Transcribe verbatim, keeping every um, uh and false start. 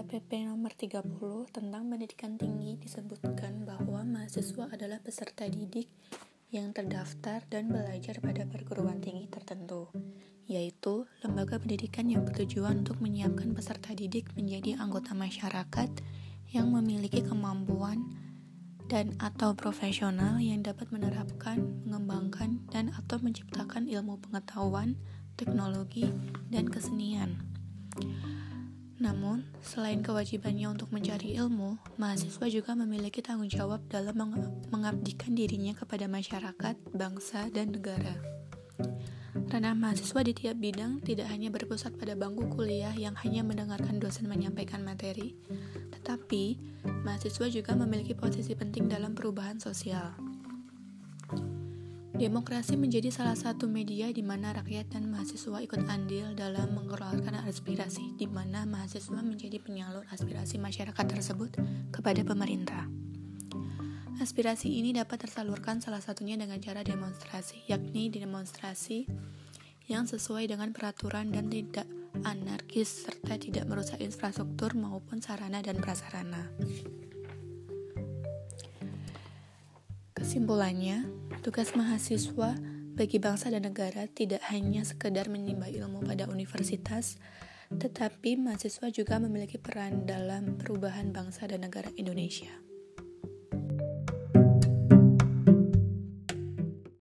P P nomor tiga puluh tentang pendidikan tinggi disebutkan bahwa mahasiswa adalah peserta didik yang terdaftar dan belajar pada perguruan tinggi tertentu, yaitu lembaga pendidikan yang bertujuan untuk menyiapkan peserta didik menjadi anggota masyarakat yang memiliki kemampuan dan atau profesional yang dapat menerapkan, mengembangkan, dan atau menciptakan ilmu pengetahuan, teknologi, dan kesenian. Namun, selain kewajibannya untuk mencari ilmu, mahasiswa juga memiliki tanggung jawab dalam meng- mengabdikan dirinya kepada masyarakat, bangsa, dan negara. Ranah mahasiswa di tiap bidang tidak hanya berpusat pada bangku kuliah yang hanya mendengarkan dosen menyampaikan materi, tetapi mahasiswa juga memiliki posisi penting dalam perubahan sosial. Demokrasi menjadi salah satu media di mana rakyat dan mahasiswa ikut andil dalam mengeluarkan aspirasi, di mana mahasiswa menjadi penyalur aspirasi masyarakat tersebut kepada pemerintah. Aspirasi ini dapat tersalurkan salah satunya dengan cara demonstrasi, yakni demonstrasi yang sesuai dengan peraturan dan tidak anarkis serta tidak merusak infrastruktur maupun sarana dan prasarana. Kesimpulannya, tugas mahasiswa bagi bangsa dan negara tidak hanya sekedar menimba ilmu pada universitas, tetapi mahasiswa juga memiliki peran dalam perubahan bangsa dan negara Indonesia.